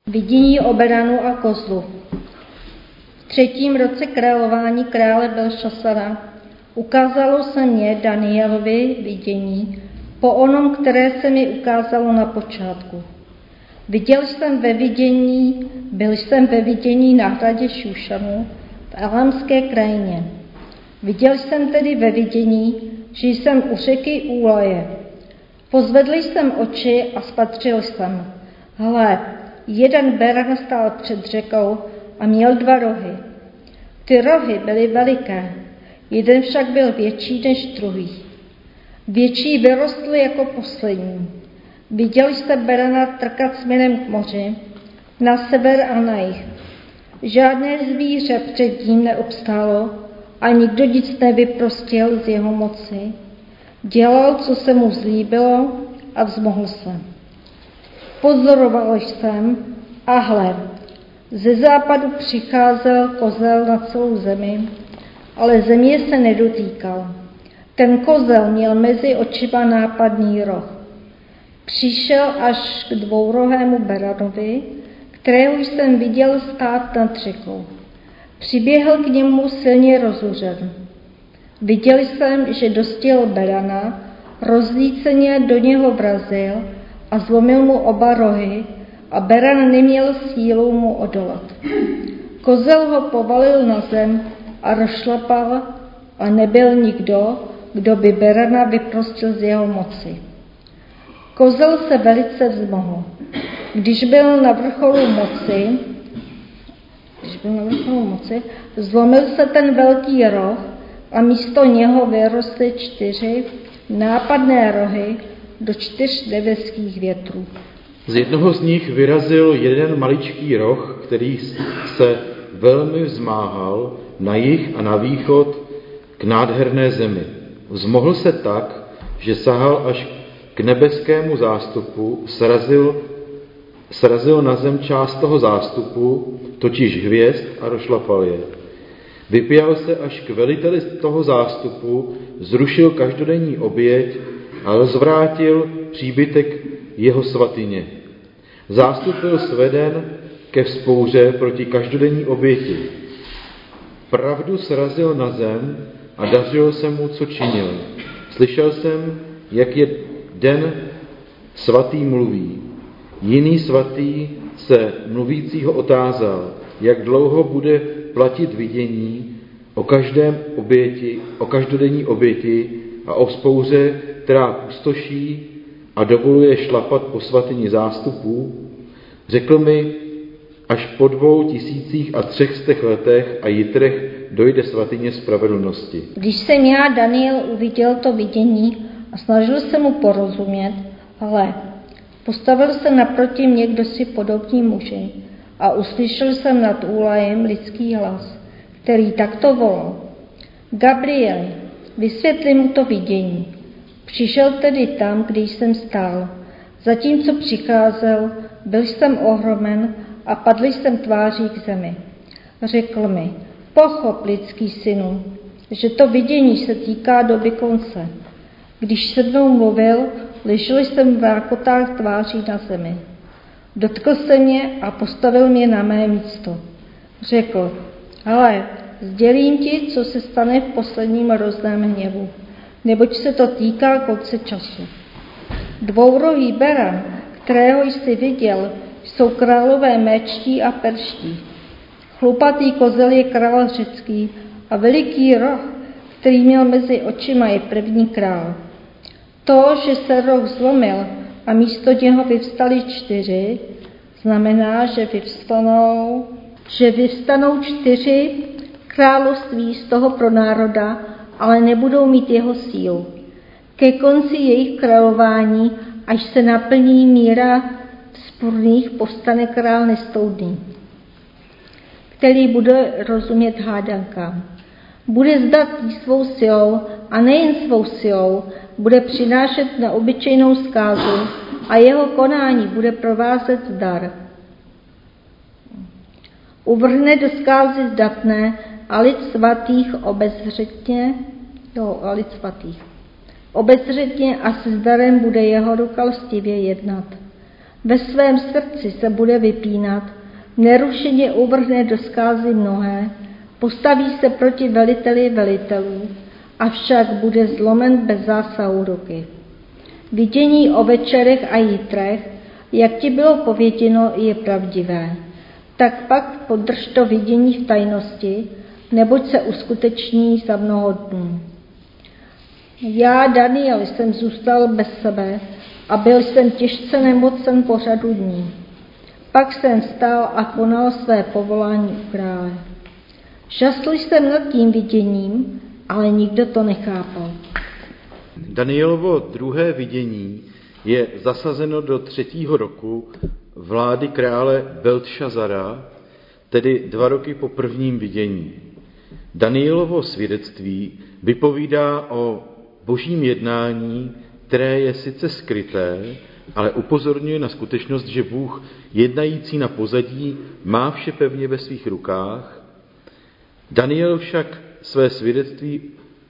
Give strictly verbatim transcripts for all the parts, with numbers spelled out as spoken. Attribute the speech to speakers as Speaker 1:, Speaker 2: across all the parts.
Speaker 1: Vidění o beranu a kozlu. V třetím roce králování krále Belšasara ukázalo se mě Danielovi vidění po onom, které se mi ukázalo na počátku. Viděl jsem ve vidění, byl jsem ve vidění na hradě Šušanu v elamské krajině. Viděl jsem tedy ve vidění, že jsem u řeky Úlaje. Pozvedl jsem oči a spatřil jsem. Hle, jeden beran stál před řekou a měl dva rohy. Ty rohy byly veliké, jeden však byl větší než druhý. Větší vyrostl jako poslední. Viděl jsem berana trkat směrem k moři, na sever a na jih. Žádné zvíře před ním neobstálo a nikdo nic nevyprostil z jeho moci. Dělal, co se mu zlíbilo a vzmohl se. Pozoroval jsem a hle, ze západu přicházel kozel na celou zemi, ale země se nedotýkal. Ten kozel měl mezi očima nápadný roh. Přišel až k dvourohému beranovi, kterého jsem viděl stát nad řekou. Přiběhl k němu silně rozuřen. Viděl jsem, že dostěl berana, rozlíceně do něho vrazil a zlomil mu oba rohy a beran neměl sílu mu odolat. Kozel ho povalil na zem a rozšlapal a nebyl nikdo, kdo by berana vyprostil z jeho moci. Kozel se velice vzmohl. Když byl na vrcholu moci, když byl na vrcholu moci, zlomil se ten velký roh a místo něho vyrostly čtyři nápadné rohy do čtyř nebeských větrů.
Speaker 2: Z jednoho z nich vyrazil jeden maličký roh, který se velmi vzmáhal na jih a na východ k nádherné zemi. Vzmohl se tak, že sahal až k nebeskému zástupu, srazil, srazil na zem část toho zástupu, totiž hvězd, a rozšlapal je. Vypěl se až k veliteli toho zástupu, zrušil každodenní oběť a rozvrátil příbytek jeho svatyně. Zástup byl sveden ke vzpouře proti každodenní oběti. Pravdu srazil na zem a dařilo se mu, co činil. Slyšel jsem, jak je den svatý mluví. Jiný svatý se mluvícího otázal, jak dlouho bude platit vidění o každém oběti, o každodenní oběti a o vzpouře, která pustoší a dovoluje šlapat po svatyni zástupů. Řekl mi, až po dvou tisících a třech stech letech a jitrech dojde svatyně spravedlnosti.
Speaker 1: Když jsem já, Daniel, uviděl to vidění a snažil se mu porozumět, ale postavil se naproti mě kdosi podobný muži a uslyšel jsem nad Úlajem lidský hlas, který takto volal. Gabriel, vysvětli mu to vidění. Přišel tedy tam, kde jsem stál. Zatímco přicházel, byl jsem ohromen a padl jsem tváří k zemi. Řekl mi, pochop, lidský synu, že to vidění se týká doby konce. Když se mnou mluvil, ležel jsem v rákotách tváří na zemi. Dotkl se mě a postavil mě na mé místo. Řekl, ale sdělím ti, co se stane v posledním rozném hněvu, neboť se to týká konce času. Dvourohý beran, kterého jsi viděl, jsou králové méčtí a perští. Chlupatý kozel je král řecký a veliký roh, který měl mezi očima, je první král. To, že se roh zlomil a místo něho vyvstali čtyři, znamená, že vyvstanou, že vyvstanou čtyři království z toho pro národa, ale nebudou mít jeho sílu. Ke konci jejich králování, až se naplní míra vzpurných, povstane král nestoudný, který bude rozumět hádankám. Bude zdatný svou silou a nejen svou silou, bude přinášet neobyčejnou zkázu a jeho konání bude provázet dar. Uvrhne do zkázy zdatné a lid svatých obezřetně, jo, a lid svatých. Obezřetně a se zdarem bude jeho ruka lstivě jednat. Ve svém srdci se bude vypínat, nerušeně uvrhne do zkázy mnohé, postaví se proti veliteli velitelů, avšak bude zlomen bez zásahu ruky. Vidění o večerech a jítrech, jak ti bylo pověděno, je pravdivé. Tak pak podrž to vidění v tajnosti, neboť se uskuteční za mnoho dnů. Já, Daniel, jsem zůstal bez sebe a byl jsem těžce nemocen po řadu dní. Pak jsem vstal a konal své povolání u krále. Žasl jsem nad tím viděním, ale nikdo to nechápal.
Speaker 2: Danielovo druhé vidění je zasazeno do třetího roku vlády krále Beltšazara, tedy dva roky po prvním vidění. Danielovo svědectví vypovídá o božím jednání, které je sice skryté, ale upozorňuje na skutečnost, že Bůh jednající na pozadí má vše pevně ve svých rukách. Daniel však své svědectví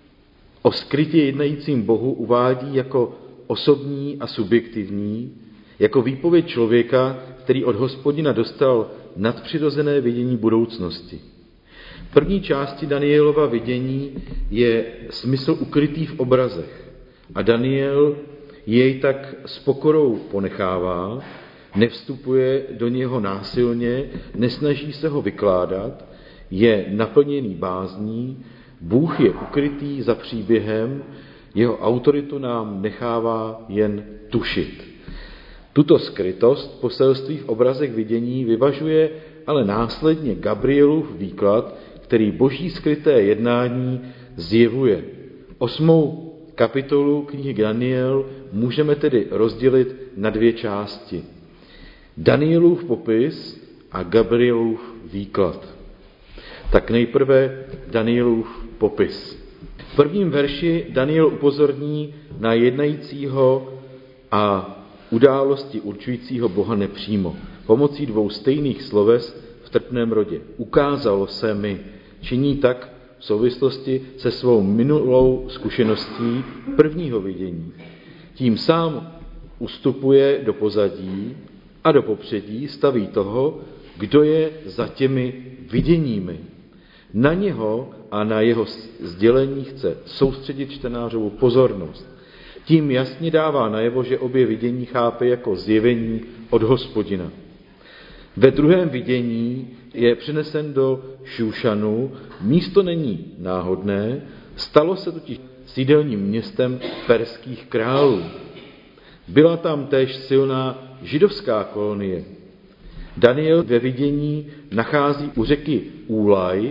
Speaker 2: o skrytě jednajícím Bohu uvádí jako osobní a subjektivní, jako výpověď člověka, který od Hospodina dostal nadpřirozené vidění budoucnosti. V první části Danielova vidění je smysl ukrytý v obrazech a Daniel jej tak s pokorou ponechává, nevstupuje do něho násilně, nesnaží se ho vykládat, je naplněný bázní, Bůh je ukrytý za příběhem, jeho autoritu nám nechává jen tušit. Tuto skrytost poselství v obrazech vidění vyvažuje ale následně Gabrielův výklad, který boží skryté jednání zjevuje. Osmou kapitolu knihy Daniel můžeme tedy rozdělit na dvě části. Danielův popis a Gabrielův výklad. Tak nejprve Danielův popis. V prvním verši Daniel upozorní na jednajícího a události určujícího Boha nepřímo, pomocí dvou stejných sloves v trpném rodě. Ukázalo se mi, činí tak v souvislosti se svou minulou zkušeností prvního vidění. Tím sám ustupuje do pozadí a do popředí staví toho, kdo je za těmi viděními. Na něho a na jeho sdělení chce soustředit čtenářovu pozornost. Tím jasně dává najevo, že obě vidění chápe jako zjevení od Hospodina. Ve druhém vidění je přenesen do Šúšanu, místo není náhodné, stalo se totiž sídelním městem perských králů. Byla tam též silná židovská kolonie. Daniel ve vidění nachází u řeky Úlaj.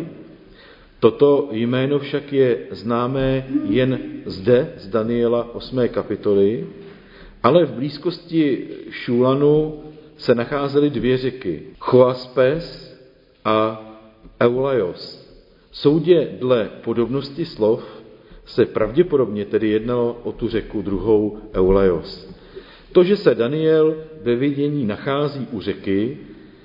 Speaker 2: Toto jméno však je známé jen zde z Daniela osmé kapitoly, ale v blízkosti Šúlanu se nacházely dvě řeky, Choaspes a Eulaios. Soudě dle podobnosti slov se pravděpodobně tedy jednalo o tu řeku druhou Eulaios. To, že se Daniel ve vidění nachází u řeky,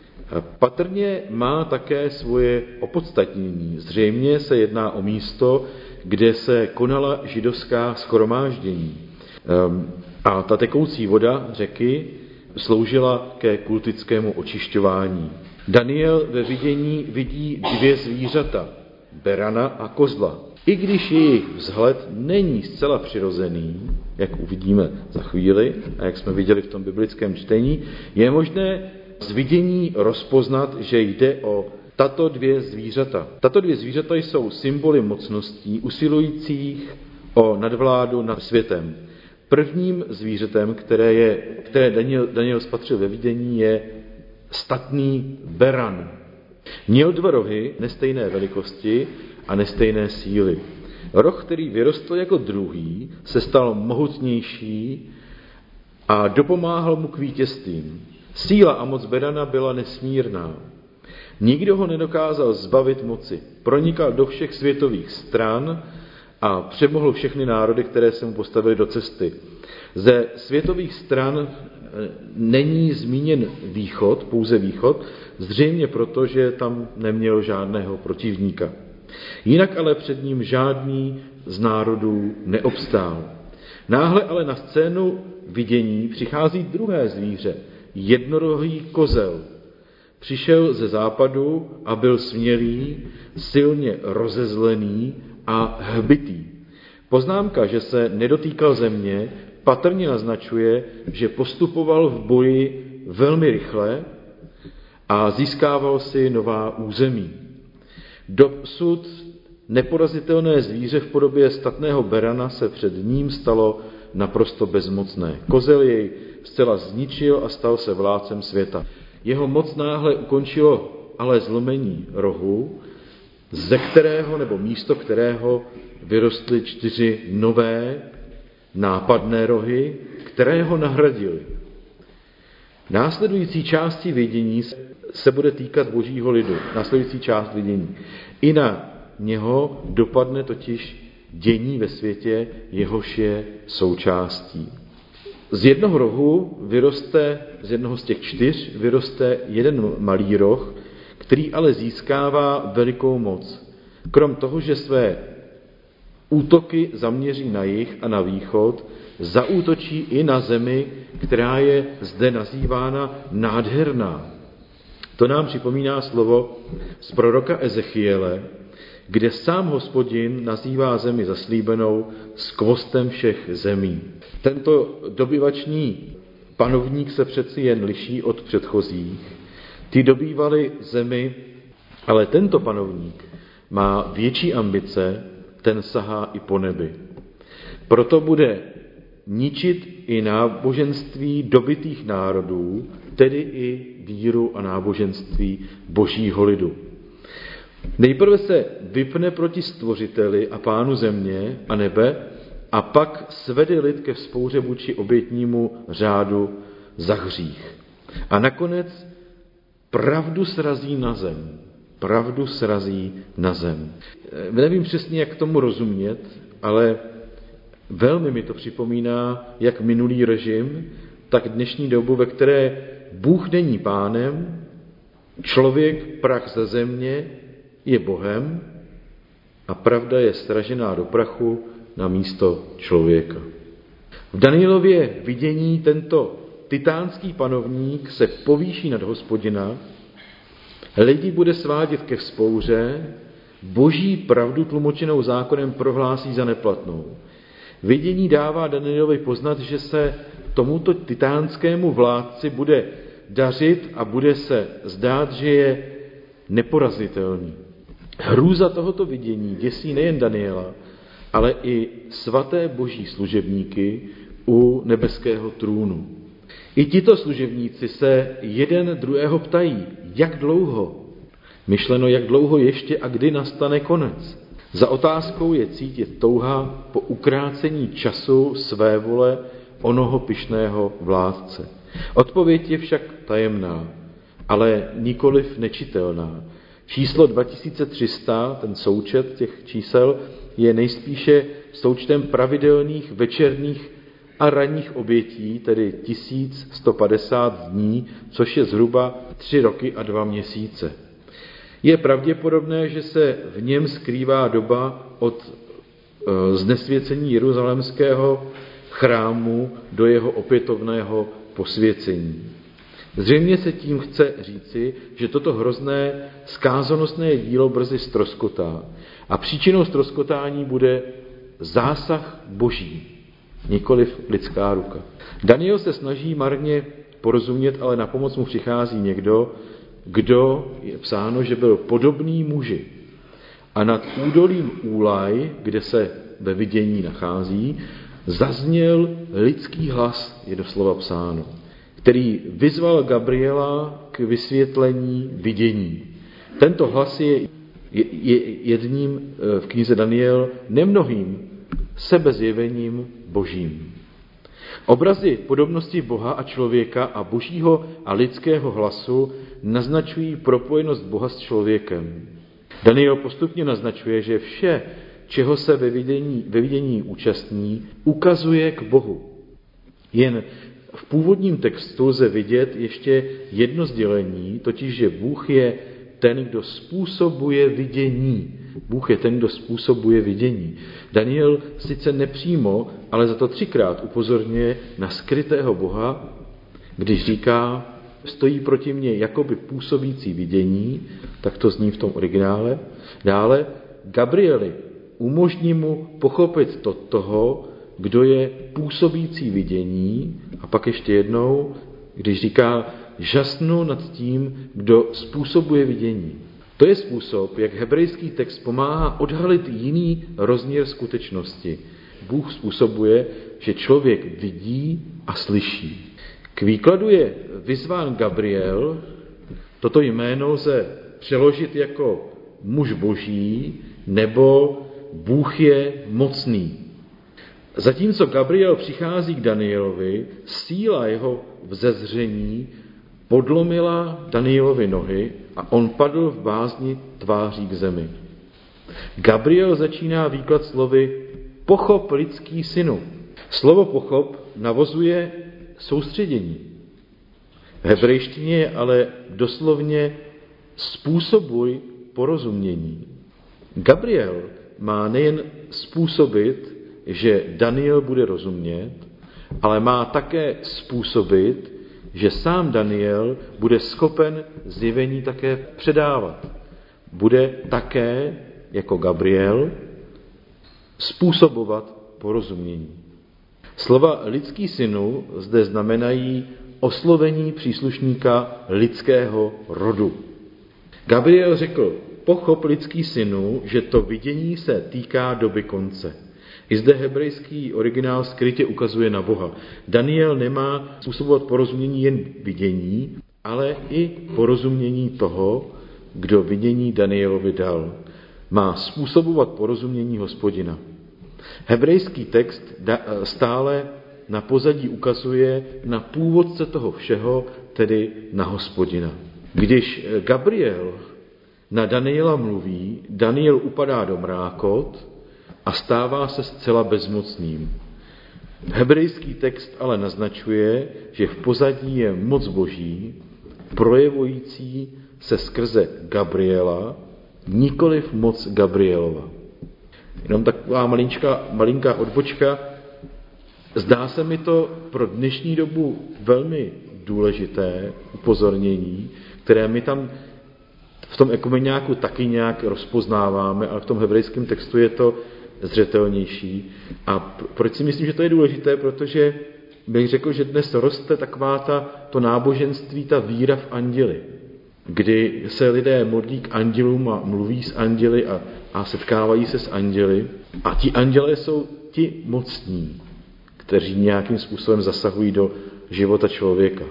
Speaker 2: patrně má také svoje opodstatnění. Zřejmě se jedná o místo, kde se konala židovská shromáždění. A ta tekoucí voda řeky sloužila ke kultickému očišťování. Daniel ve vidění vidí dvě zvířata, berana a kozla. I když jejich vzhled není zcela přirozený, jak uvidíme za chvíli a jak jsme viděli v tom biblickém čtení, je možné z vidění rozpoznat, že jde o tato dvě zvířata. Tato dvě zvířata jsou symboly mocností usilujících o nadvládu nad světem. Prvním zvířetem, které, je, které Daniel, Daniel spatřil ve vidění, je statný beran. Měl dva rohy nestejné velikosti a nestejné síly. Roh, který vyrostl jako druhý, se stal mohutnější a dopomáhal mu k vítězstvím. Síla a moc berana byla nesmírná. Nikdo ho nedokázal zbavit moci. Pronikal do všech světových stran a přemohl všechny národy, které se mu postavily do cesty. Ze světových stran není zmíněn východ, pouze východ, zřejmě proto, že tam neměl žádného protivníka. Jinak ale před ním žádný z národů neobstál. Náhle ale na scénu vidění přichází druhé zvíře, jednorohý kozel. Přišel ze západu a byl smělý, silně rozezlený a hbitý. Poznámka, že se nedotýkal země, patrně naznačuje, že postupoval v boji velmi rychle a získával si nová území. Dosud neporazitelné zvíře v podobě statného berana se před ním stalo naprosto bezmocné. Kozel jej zcela zničil a stal se vládcem světa. Jeho moc náhle ukončilo ale zlomení rohu, ze kterého nebo místo kterého vyrostly čtyři nové nápadné rohy, které ho nahradily. Následující části vidění se bude týkat božího lidu. Následující část vidění. I na něho dopadne totiž dění ve světě, jehož je součástí. Z jednoho rohu vyroste, z jednoho z těch čtyř vyroste jeden malý roh, který ale získává velikou moc. Krom toho, že své útoky zaměří na jih a na východ, zaútočí i na zemi, která je zde nazývána nádherná. To nám připomíná slovo z proroka Ezechiele, kde sám Hospodin nazývá zemi zaslíbenou skvostem všech zemí. Tento dobyvačný panovník se přeci jen liší od předchozích. Ty dobývali zemi, ale tento panovník má větší ambice, ten sahá i po nebi. Proto bude ničit i náboženství dobytých národů, tedy i víru a náboženství božího lidu. Nejprve se vypne proti stvořiteli a pánu země a nebe a pak svede lid ke vzpouře vůči obětnímu řádu za hřích. A nakonec pravdu srazí na zem. Pravdu srazí na zem. Nevím přesně, jak tomu rozumět, ale velmi mi to připomíná jak minulý režim, tak dnešní dobu, ve které Bůh není pánem, člověk, prach ze země, je Bohem a pravda je sražená do prachu na místo člověka. V Danielově vidění tento titánský panovník se povýší nad Hospodina, lidi bude svádět ke vzpouře, boží pravdu tlumočenou zákonem prohlásí za neplatnou. Vidění dává Danielovi poznat, že se tomuto titánskému vládci bude dařit a bude se zdát, že je neporazitelný. Hrůza tohoto vidění děsí nejen Daniela, ale i svaté boží služebníky u nebeského trůnu. I tito služebníci se jeden druhého ptají, jak dlouho, myšleno jak dlouho ještě a kdy nastane konec. Za otázkou je cítit touha po ukrácení času své vole onoho pyšného vládce. Odpověď je však tajemná, ale nikoliv nečitelná. Číslo dva tisíce tři sta, ten součet těch čísel, je nejspíše součtem pravidelných večerních a ranních obětí, tedy tisíc sto padesát dní, což je zhruba tři roky a dva měsíce. Je pravděpodobné, že se v něm skrývá doba od e, znesvěcení jeruzalémského chrámu do jeho opětovného posvěcení. Zřejmě se tím chce říci, že toto hrozné skázonostné dílo brzy ztroskotá a příčinou ztroskotání bude zásah boží, nikoliv lidská ruka. Daniel se snaží marně porozumět, ale na pomoc mu přichází někdo, kdo je psáno, že byl podobný muži. A nad údolím Úlaj, kde se ve vidění nachází, zazněl lidský hlas, je doslova psáno, který vyzval Gabriela k vysvětlení vidění. Tento hlas je, je, je jedním v knize Daniel nemnohým sebezjevením božím. Obrazy podobnosti Boha a člověka a božího a lidského hlasu naznačují propojenost Boha s člověkem. Daniel postupně naznačuje, že vše, čeho se ve vidění, ve vidění účastní, ukazuje k Bohu. Jen v původním textu lze vidět ještě jedno sdělení, totiž, že Bůh je ten, kdo způsobuje vidění. Bůh je ten, kdo způsobuje vidění. Daniel sice nepřímo, ale za to třikrát upozorňuje na skrytého Boha, Když říká, stojí proti mně jakoby působící vidění, tak to zní v tom originále. Dále, Gabrieli, umožní mu pochopit to toho, kdo je působící vidění, a pak ještě jednou, když říká, žasnu nad tím, kdo způsobuje vidění. To je způsob, jak hebrejský text pomáhá odhalit jiný rozměr skutečnosti. Bůh způsobuje, že člověk vidí a slyší. K výkladu je vyzván Gabriel, toto jméno lze přeložit jako muž boží nebo Bůh je mocný. Zatímco Gabriel přichází k Danielovi, síla jeho vzezření podlomila Danielovi nohy a on padl v bázni tváří k zemi. Gabriel začíná výklad slovy pochop lidský synu. Slovo pochop navozuje soustředění. V hebrejštině je ale doslovně způsobuj porozumění. Gabriel má nejen způsobit, že Daniel bude rozumět, ale má také způsobit, že sám Daniel bude schopen zjevení také předávat. Bude také, jako Gabriel, způsobovat porozumění. Slova lidský synu zde znamenají oslovení příslušníka lidského rodu. Gabriel řekl, pochop lidský synu, že to vidění se týká doby konce. I zde hebrejský originál skrytě ukazuje na Boha. Daniel nemá způsobovat porozumění jen vidění, ale i porozumění toho, kdo vidění Danielovi dal. Má způsobovat porozumění Hospodina. Hebrejský text stále na pozadí ukazuje na původce toho všeho, tedy na Hospodina. Když Gabriel na Daniela mluví, Daniel upadá do mrákot a stává se zcela bezmocným. Hebrejský text ale naznačuje, že v pozadí je moc Boží, projevující se skrze Gabriela, nikoliv moc Gabrielova. Jenom taková malinčka, malinká odbočka. Zdá se mi to pro dnešní dobu velmi důležité upozornění, které my tam v tom ekumeniáku taky nějak rozpoznáváme, ale v tom hebrejském textu je to zřetelnější. A proč si myslím, že to je důležité? Protože bych řekl, že dnes roste taková ta, to náboženství, ta víra v anděly, kdy se lidé modlí k andělům a mluví s anděli a, a setkávají se s anděli. A ti andělé jsou ti mocní, kteří nějakým způsobem zasahují do života člověka.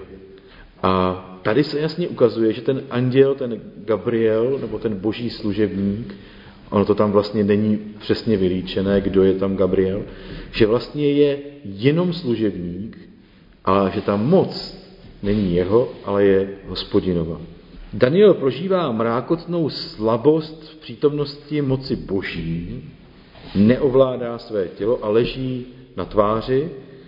Speaker 2: A tady se jasně ukazuje, že ten anděl, ten Gabriel, nebo ten boží služebník, ono to tam vlastně není přesně vylíčené, kdo je tam Gabriel, že vlastně je jenom služebník, ale že ta moc není jeho, ale je Hospodinova. Daniel prožívá mrákotnou slabost v přítomnosti moci boží, neovládá své tělo a leží na tváři,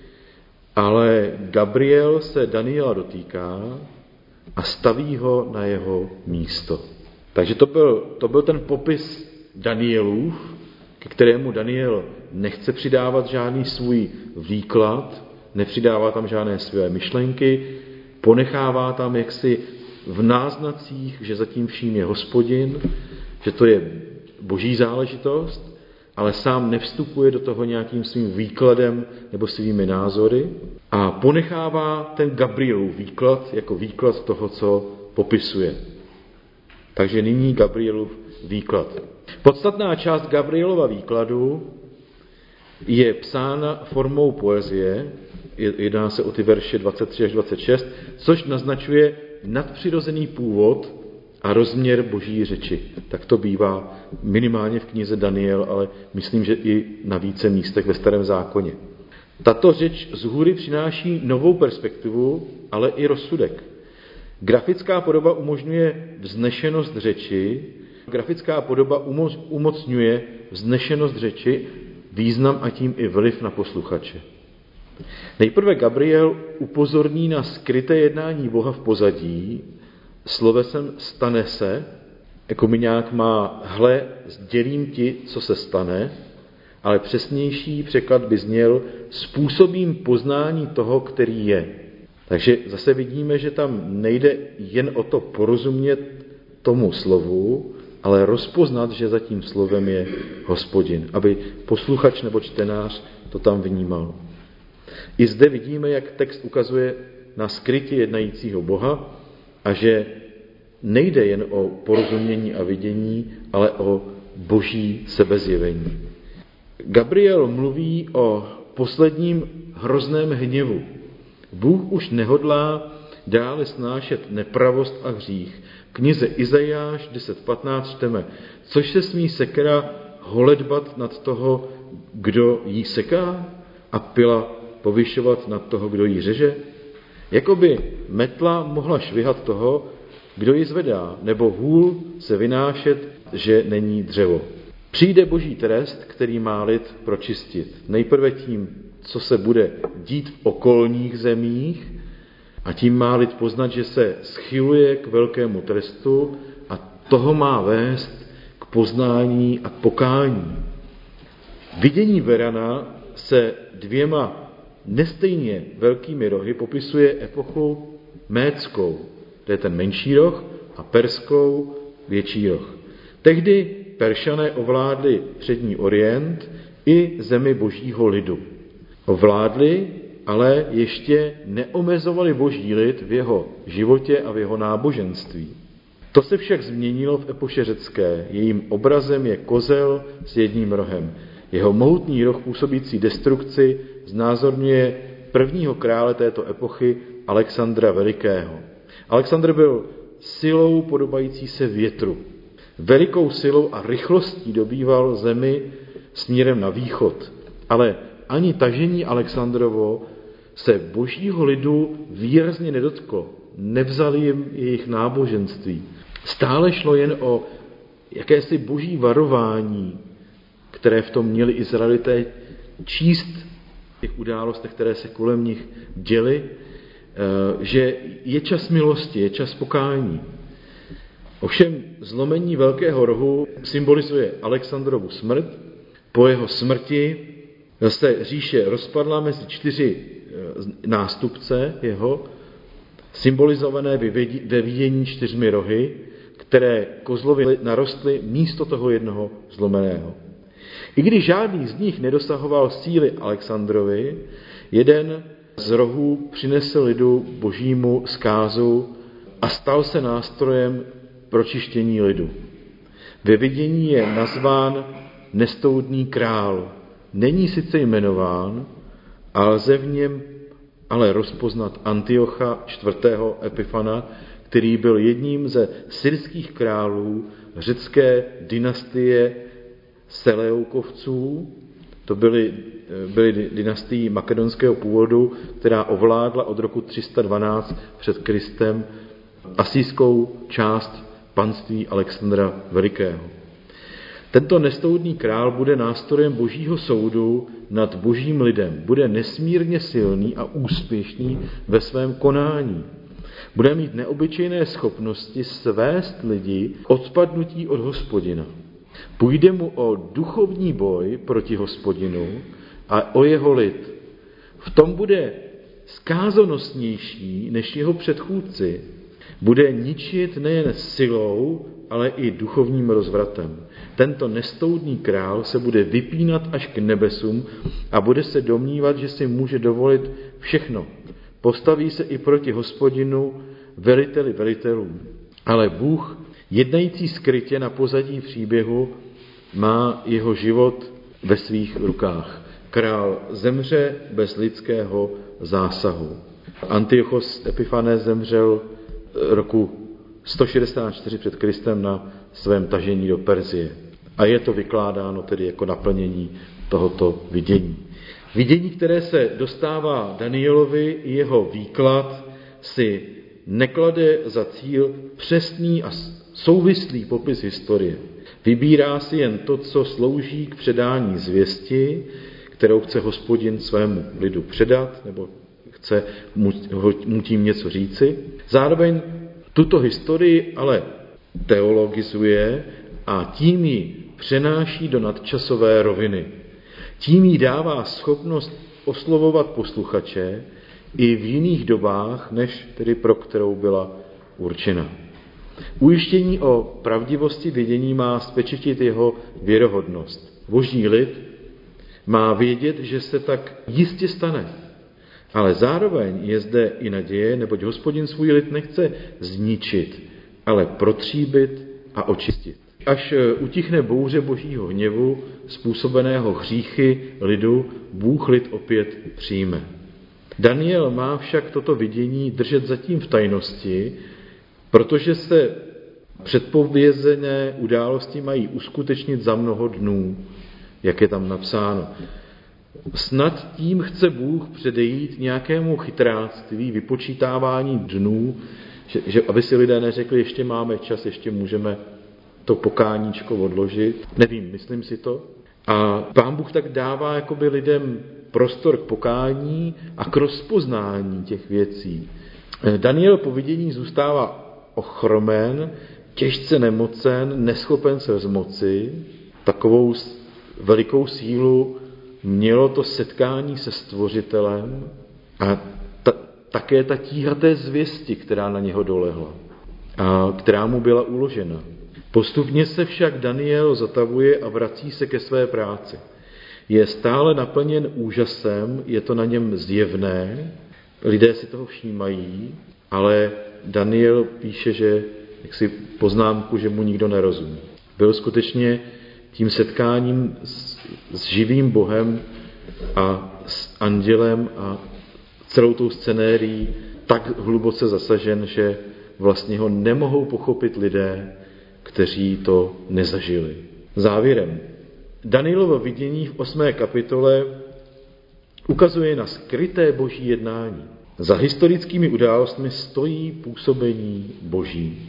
Speaker 2: ale Gabriel se Daniela dotýká a staví ho na jeho místo. Takže to byl, to byl ten popis Danielův, ke kterému Daniel nechce přidávat žádný svůj výklad, nepřidává tam žádné své myšlenky, ponechává tam jaksi v náznacích, že zatím vším je Hospodin, že to je boží záležitost, ale sám nevstupuje do toho nějakým svým výkladem nebo svými názory a ponechává ten Gabrielův výklad jako výklad toho, co popisuje. Takže nyní Gabrielův výklad. Podstatná část Gabrielova výkladu je psána formou poezie, jedná se o ty verše dvacet tři až dvacet šest, což naznačuje nadpřirozený původ a rozměr boží řeči. Tak to bývá minimálně v knize Daniel, ale myslím, že i na více místech ve Starém zákoně. Tato řeč z hůry přináší novou perspektivu, ale i rozsudek. Grafická podoba umožňuje vznešenost řeči, grafická podoba umocňuje vznešenost řeči, význam a tím i vliv na posluchače. Nejprve Gabriel upozorní na skryté jednání Boha v pozadí, slovesem stane se, ekumeniák má hle, sdělím ti, co se stane, ale přesnější překlad by zněl způsobím poznání toho, který je. Takže zase vidíme, že tam nejde jen o to porozumět tomu slovu, ale rozpoznat, že za tím slovem je Hospodin, aby posluchač nebo čtenář to tam vnímal. I zde vidíme, jak text ukazuje na skrytě jednajícího Boha a že nejde jen o porozumění a vidění, ale o boží sebezjevení. Gabriel mluví o posledním hrozném hněvu. Bůh už nehodlá dále snášet nepravost a hřích. V knize Izajáš deset patnáct čteme, což se smí sekera holedbat nad toho, kdo jí seká, a pila povyšovat nad toho, kdo jí řeže. Jakoby metla mohla švihat toho, kdo ji zvedá, nebo hůl se vynášet, že není dřevo. Přijde boží trest, který má lid pročistit. Nejprve tím, co se bude dít v okolních zemích, a tím má lid poznat, že se schyluje k velkému trestu a toho má vést k poznání a k pokání. Vidění berana se dvěma nestejně velkými rohy popisuje epochu médskou, to je ten menší roh, a perskou větší roh. Tehdy Peršané ovládli přední Orient i zemi božího lidu. Ovládli, ale ještě neomezovali boží lid v jeho životě a v jeho náboženství. To se však změnilo v epoše řecké. Jejím obrazem je kozel s jedním rohem. Jeho mohutný roh působící destrukci znázorňuje prvního krále této epochy, Alexandra Velikého. Alexandr byl silou podobající se větru. Velikou silou a rychlostí dobýval zemi směrem na východ. Ale ani tažení Alexandrovo se božího lidu výrazně nedotklo. Nevzali jim jejich náboženství. Stále šlo jen o jakési boží varování, které v tom měli Izraelité číst v těch událostech, které se kolem nich děly, že je čas milosti, je čas pokání. Ovšem zlomení velkého rohu symbolizuje Alexandrovu smrt. Po jeho smrti se říše rozpadla mezi čtyři nástupce jeho, symbolizované ve vidění čtyřmi rohy, které kozlovi narostly místo toho jednoho zlomeného. I když žádný z nich nedosahoval síly Alexandrovi, jeden z rohů přinesl lidu božímu zkázu a stal se nástrojem pro čištění lidu. Ve vidění je nazván nestoudný král. Není sice jmenován, ale lze v něm ale rozpoznat Antiocha čtvrtého Epifana, který byl jedním ze syrských králů řecké dynastie Seleukovců. To byly, byly dynastii makedonského původu, která ovládla od roku tři sta dvanáct před Kristem asijskou část panství Alexandra Velikého. Tento nestoudný král bude nástrojem božího soudu nad božím lidem. Bude nesmírně silný a úspěšný ve svém konání. Bude mít neobyčejné schopnosti svést lidi k odpadnutí od Hospodina. Půjde mu o duchovní boj proti Hospodinu a o jeho lid. V tom bude zkázonosnější než jeho předchůdci. Bude ničit nejen silou, ale i duchovním rozvratem. Tento nestoudný král se bude vypínat až k nebesům a bude se domnívat, že si může dovolit všechno. Postaví se i proti Hospodinu, veliteli velitelům. Ale Bůh, jednající skrytě na pozadí příběhu, má jeho život ve svých rukách. Král zemře bez lidského zásahu. Antiochos Epifanes zemřel roku sto šedesát čtyři před Kristem na svém tažení do Perzie. A je to vykládáno tedy jako naplnění tohoto vidění. Vidění, které se dostává Danielovi, jeho výklad si neklade za cíl přesný a souvislý popis historie. Vybírá si jen to, co slouží k předání zvěsti, kterou chce Hospodin svému lidu předat, nebo chce mu, mu tím něco říci. Zároveň tuto historii ale teologizuje a tím ji přenáší do nadčasové roviny. Tím jí dává schopnost oslovovat posluchače i v jiných dobách, než tedy pro kterou byla určena. Ujištění o pravdivosti vidění má spečetit jeho věrohodnost. Boží lid má vědět, že se tak jistě stane. Ale zároveň je zde i naděje, neboť Hospodin svůj lid nechce zničit, ale protříbit a očistit. Až utichne bouře božího hněvu, způsobeného hříchy lidu, Bůh lid opět přijme. Daniel má však toto vidění držet zatím v tajnosti, protože se předpovězené události mají uskutečnit za mnoho dnů, jak je tam napsáno. Snad tím chce Bůh předejít nějakému chytráctví, vypočítávání dnů, že, že aby si lidé neřekli, ještě máme čas, ještě můžeme to pokáníčko odložit. Nevím, myslím si to. A Pán Bůh tak dává jakoby lidem prostor k pokání a k rozpoznání těch věcí. Daniel po vidění zůstává ochromen, těžce nemocen, neschopen se zmoci. Takovou velikou sílu mělo to setkání se Stvořitelem a ta, také ta tíha té zvěsti, která na něho dolehla a která mu byla uložena. Postupně se však Daniel zatavuje a vrací se ke své práci. Je stále naplněn úžasem, je to na něm zjevné, lidé si toho všímají, ale Daniel píše, že jaksi poznámku, že mu nikdo nerozumí. Byl skutečně tím setkáním s, s živým Bohem a s andělem a celou tou scenérií tak hluboce zasažen, že vlastně ho nemohou pochopit lidé, kteří to nezažili. Závěrem. Danielovo vidění v osmé kapitole ukazuje na skryté boží jednání. Za historickými událostmi stojí působení boží.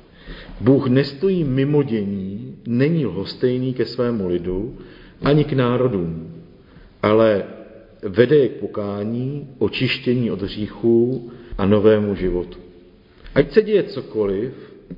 Speaker 2: Bůh nestojí mimo dění, není lhostejný ke svému lidu ani k národům, ale vede je k pokání, očištění od hříchů a novému životu. Ať se děje cokoliv,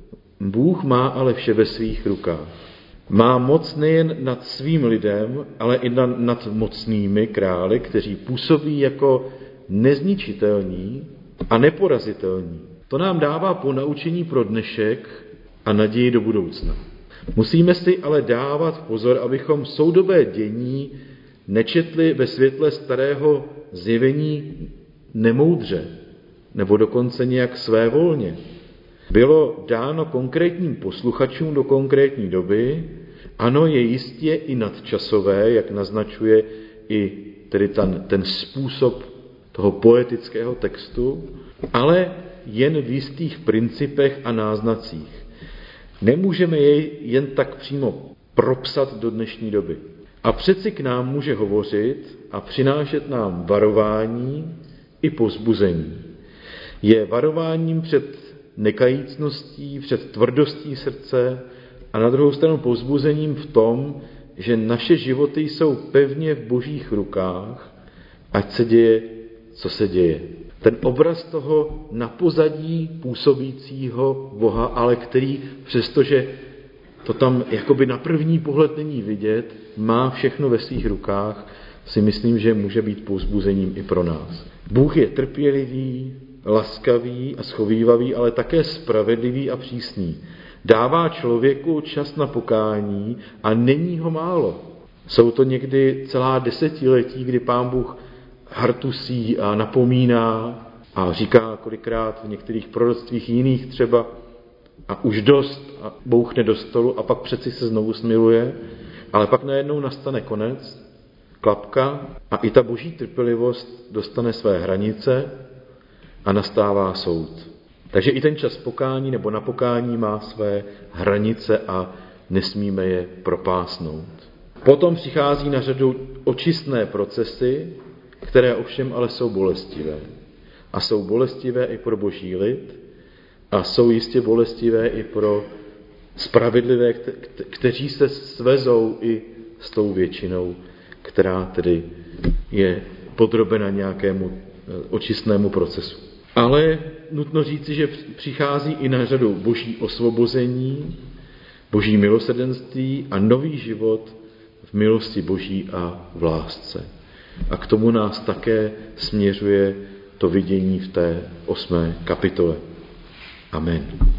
Speaker 2: Bůh má ale vše ve svých rukách. Má moc nejen nad svým lidem, ale i nad, nad mocnými králi, kteří působí jako nezničitelní a neporazitelní. To nám dává ponaučení pro dnešek a naději do budoucna. Musíme si ale dávat pozor, abychom soudobé dění nečetli ve světle starého zjevení nemoudře, nebo dokonce nějak svévolně. Bylo dáno konkrétním posluchačům do konkrétní doby, ano, je jistě i nadčasové, jak naznačuje i tedy ten, ten způsob toho poetického textu, ale jen v jistých principech a náznacích. Nemůžeme jej jen tak přímo propsat do dnešní doby. A přeci k nám může hovořit a přinášet nám varování i povzbuzení. Je varováním před nekajícností, před tvrdostí srdce a na druhou stranu povzbuzením v tom, že naše životy jsou pevně v božích rukách, ať se děje, co se děje. Ten obraz toho na pozadí působícího Boha, ale který, přestože to tam jakoby na první pohled není vidět, má všechno ve svých rukách, si myslím, že může být povzbuzením i pro nás. Bůh je trpělivý, laskavý a schovívavý, ale také spravedlivý a přísný. Dává člověku čas na pokání a není ho málo. Jsou to někdy celá desetiletí, kdy Pán Bůh hartusí a napomíná a říká kolikrát v některých proroctvích jiných třeba a už dost a bouchne do stolu a pak přeci se znovu smiluje, ale pak najednou nastane konec, klapka a i ta boží trpělivost dostane své hranice a nastává soud. Takže i ten čas pokání nebo na pokání má své hranice a nesmíme je propásnout. Potom přichází na řadu očistné procesy, které ovšem ale jsou bolestivé. A jsou bolestivé i pro boží lid a jsou jistě bolestivé i pro spravedlivé, kteří se svezou i s tou většinou, která tedy je podrobena nějakému očistnému procesu. Ale nutno říci, že přichází i na řadu boží osvobození, boží milosrdenství a nový život v milosti boží a v lásce. A k tomu nás také směřuje to vidění v té osmé kapitole. Amen.